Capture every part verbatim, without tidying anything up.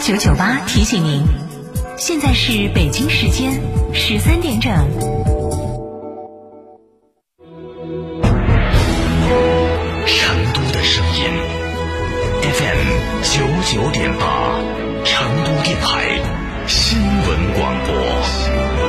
九九八提醒您，现在是北京时间十三点整。 成都的声音 F M 九九点八，成都电台新闻广播。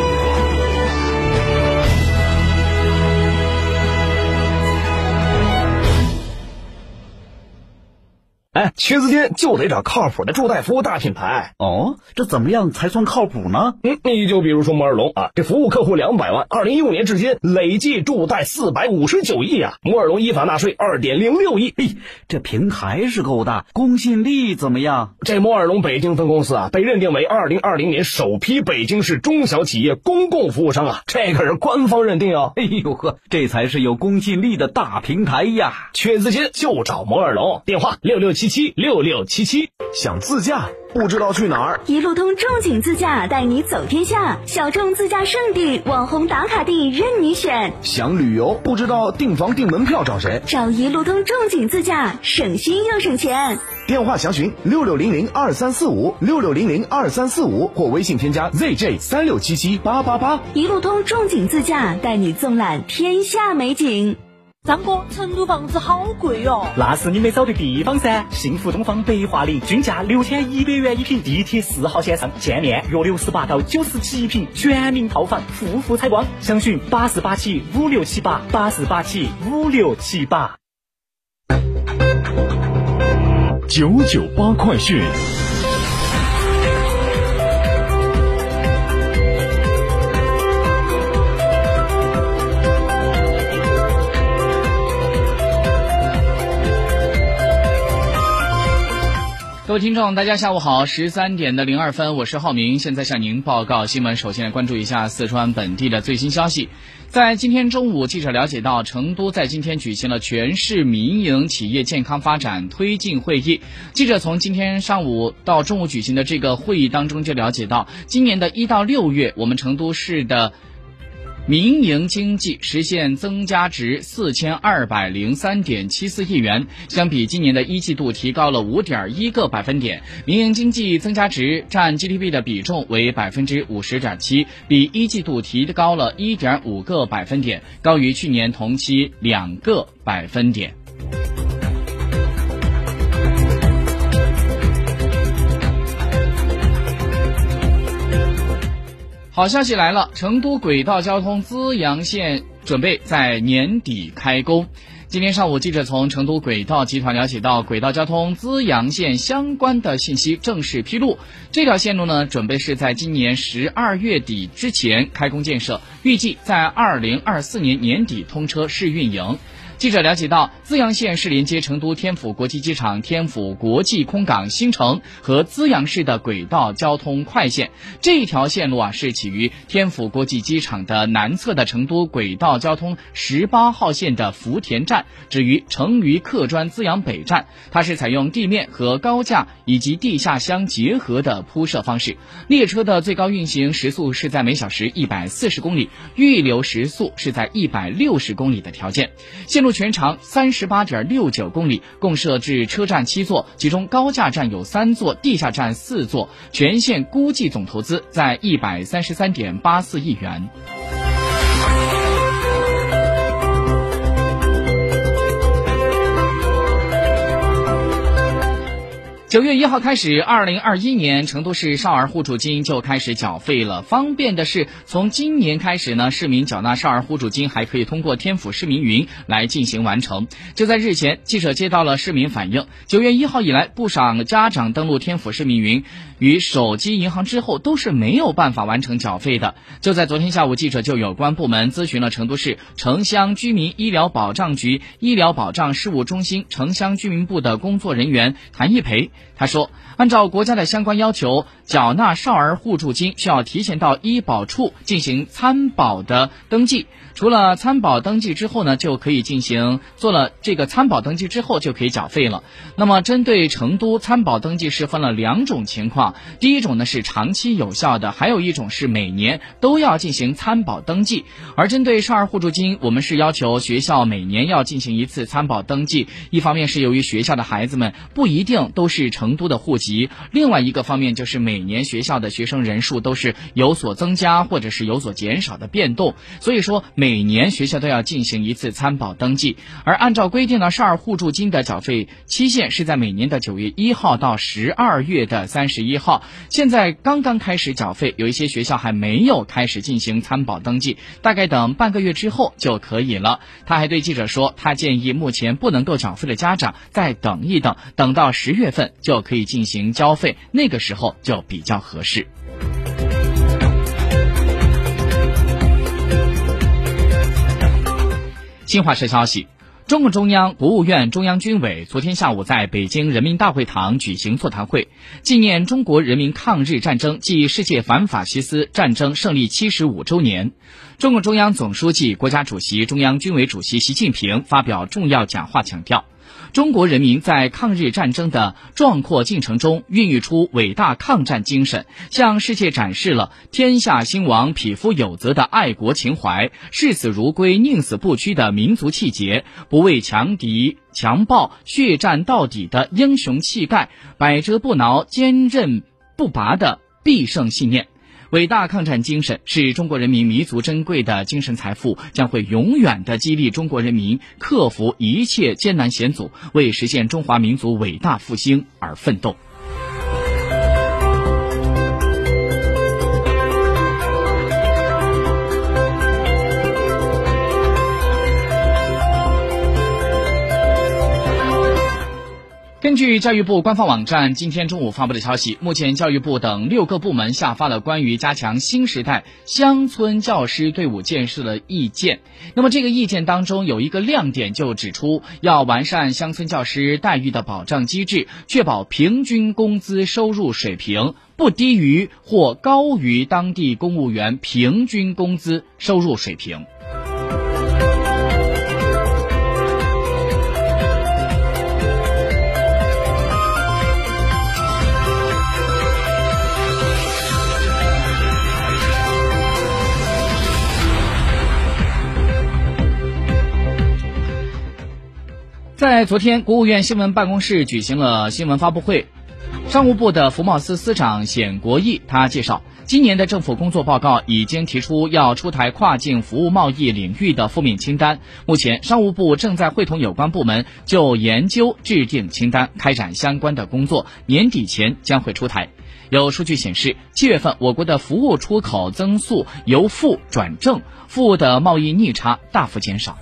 哎，缺资金就得找靠谱的助贷服务大品牌。 哦，这怎么样才算靠谱呢？ 嗯，你就比如说摩尔龙啊，这服务客户两百万，二零一五年至今累计助贷四百五十九亿啊，摩尔龙依法纳税二点零六亿。 嘿，这平台是够大，公信力怎么样？ 这摩尔龙北京分公司啊，被认定为二零二零年首批北京市中小企业公共服务商啊，这可是官方认定哦。 哎呦呵，这才是有公信力的大平台呀！ 缺资金就找摩尔龙，电话六六七七六六七七。 想自驾不知道去哪儿？ 一路通众景自驾带你走天下，小众自驾胜地、网红打卡地任你选。 想旅游不知道订房订门票找谁？ 找一路通众景自驾，省心又省钱。 电话详询六六零零二三四五六六零零二三四五或微信添加 Z J 三六七七八八八。 一路通众景自驾带你纵览天下美景。 张哥，成都房子好贵哦。 那是你没找对地方噻，幸福东方北桦林均价六千一百元一平，地铁四号线上，见面约六十八到九十七一平，全民套房，户户采光。详询八四八七五六七八八四八七五六七八。 九九八快讯。 各位听众大家下午好，十三点的零二分，我是浩明，现在向您报告新闻。首先来关注一下四川本地的最新消息。在今天中午，记者了解到，成都在今天举行了全市民营企业健康发展推进会议。记者从今天上午到中午举行的这个会议当中就了解到，今年的一到六月，我们成都市的民营经济实现增加值四千二百零三点七四亿元，相比今年的一季度提高了五点一个百分点。民营经济增加值占 G D P 的比重为百分之五十点七，比一季度提高了一点五个百分点，高于去年同期两个百分点。好消息来了，成都轨道交通资阳线准备在年底开工。今天上午，记者从成都轨道集团了解到，轨道交通资阳线相关的信息正式披露。这条线路呢，准备是在今年十二月底之前开工建设，预计在二零二四年年底通车试运营。记者了解到，资阳线是连接成都天府国际机场、天府国际空港新城和资阳市的轨道交通快线。这条线路啊，是起于天府国际机场的南侧的成都轨道交通十八号线的福田站，止于成渝客专资阳北站。它是采用地面和高架以及地下相结合的铺设方式。列车的最高运行时速是在每小时一百四十公里，预留时速是在一百六十公里的条件。线路全长 三十八点六九公里，共设置车站七座，其中高架站有三座，地下站四座，全线估计总投资在一百三十三点八四亿元。九月一号开始，二零二一年成都市少儿互助金就开始缴费了。方便的是，从今年开始呢，市民缴纳少儿互助金还可以通过天府市民云来进行完成。就在日前，记者接到了市民反映，九月一号以来，不少家长登录天府市民云与手机银行之后都是没有办法完成缴费的。就在昨天下午，记者就有关部门咨询了成都市城乡居民医疗保障局医疗保障事务中心城乡居民部的工作人员谭一培。他说，按照国家的相关要求， 缴纳少儿互助金，需要提前到医保处进行参保的登记。除了参保登记之后呢，就可以进行做了这个参保登记之后就可以缴费了。那么针对成都参保登记是分了两种情况，第一种呢是长期有效的，还有一种是每年都要进行参保登记。而针对少儿互助金，我们是要求学校每年要进行一次参保登记，一方面是由于学校的孩子们不一定都是成都的户籍，另外一个方面就是每年学校的学生人数都是有所增加或者是有所减少的变动，所以说每年学校都要进行一次参保登记。而按照规定呢，少儿互助金的缴费期限是在每年的九月一号到十二月的三十一号。现在刚刚开始缴费，有一些学校还没有开始进行参保登记，大概等半个月之后就可以了。他还对记者说，他建议目前不能够缴费的家长再等一等，等到十月份就可以进行交费，那个时候就比较合适。新华社消息，中共中央、国务院、中央军委昨天下午在北京人民大会堂举行座谈会，纪念中国人民抗日战争暨世界反法西斯战争胜利七十五周年。中共中央总书记、国家主席、中央军委主席习近平发表重要讲话，强调中国人民在抗日战争的壮阔进程中孕育出伟大抗战精神，向世界展示了天下兴亡、匹夫有责的爱国情怀，视死如归、宁死不屈的民族气节，不畏强敌强暴、血战到底的英雄气概，百折不挠、坚韧不拔的必胜信念。伟大抗战精神是中国人民弥足珍贵的精神财富，将会永远地激励中国人民克服一切艰难险阻，为实现中华民族伟大复兴而奋斗。根据教育部官方网站今天中午发布的消息，目前教育部等六个部门下发了关于加强新时代乡村教师队伍建设的意见。那么这个意见当中有一个亮点，就指出要完善乡村教师待遇的保障机制，确保平均工资收入水平不低于或高于当地公务员平均工资收入水平。在昨天，国务院新闻办公室举行了新闻发布会，商务部的服贸司司长冼国义他介绍，今年的政府工作报告已经提出要出台跨境服务贸易领域的负面清单，目前商务部正在会同有关部门就研究制定清单，开展相关的工作，年底前将会出台。有数据显示，七月份我国的服务出口增速由负转正，负的贸易逆差大幅减少。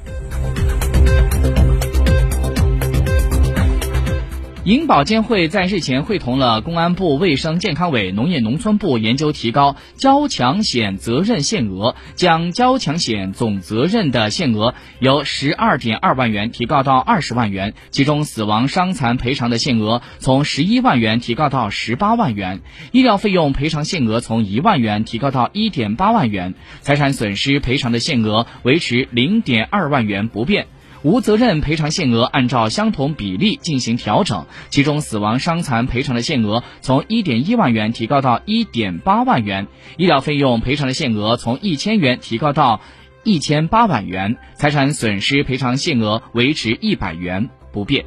银保监会在日前会同了公安部、卫生健康委、农业农村部研究提高交强险责任限额，将交强险总责任的限额由 十二点二万元提高到二十万元，其中死亡伤残赔偿的限额从十一万元提高到十八万元，医疗费用赔偿限额从一万元提高到 一点八万元，财产损失赔偿的限额维持 零点二万元不变，无责任赔偿限额按照相同比例进行调整，其中死亡伤残赔偿的限额从 一点一万元提高到 一点八万元，医疗费用赔偿的限额从一千元提高到一千八百元，财产损失赔偿限额维持一百元不变。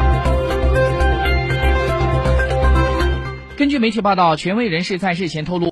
根据媒体报道，权威人士在日前透露，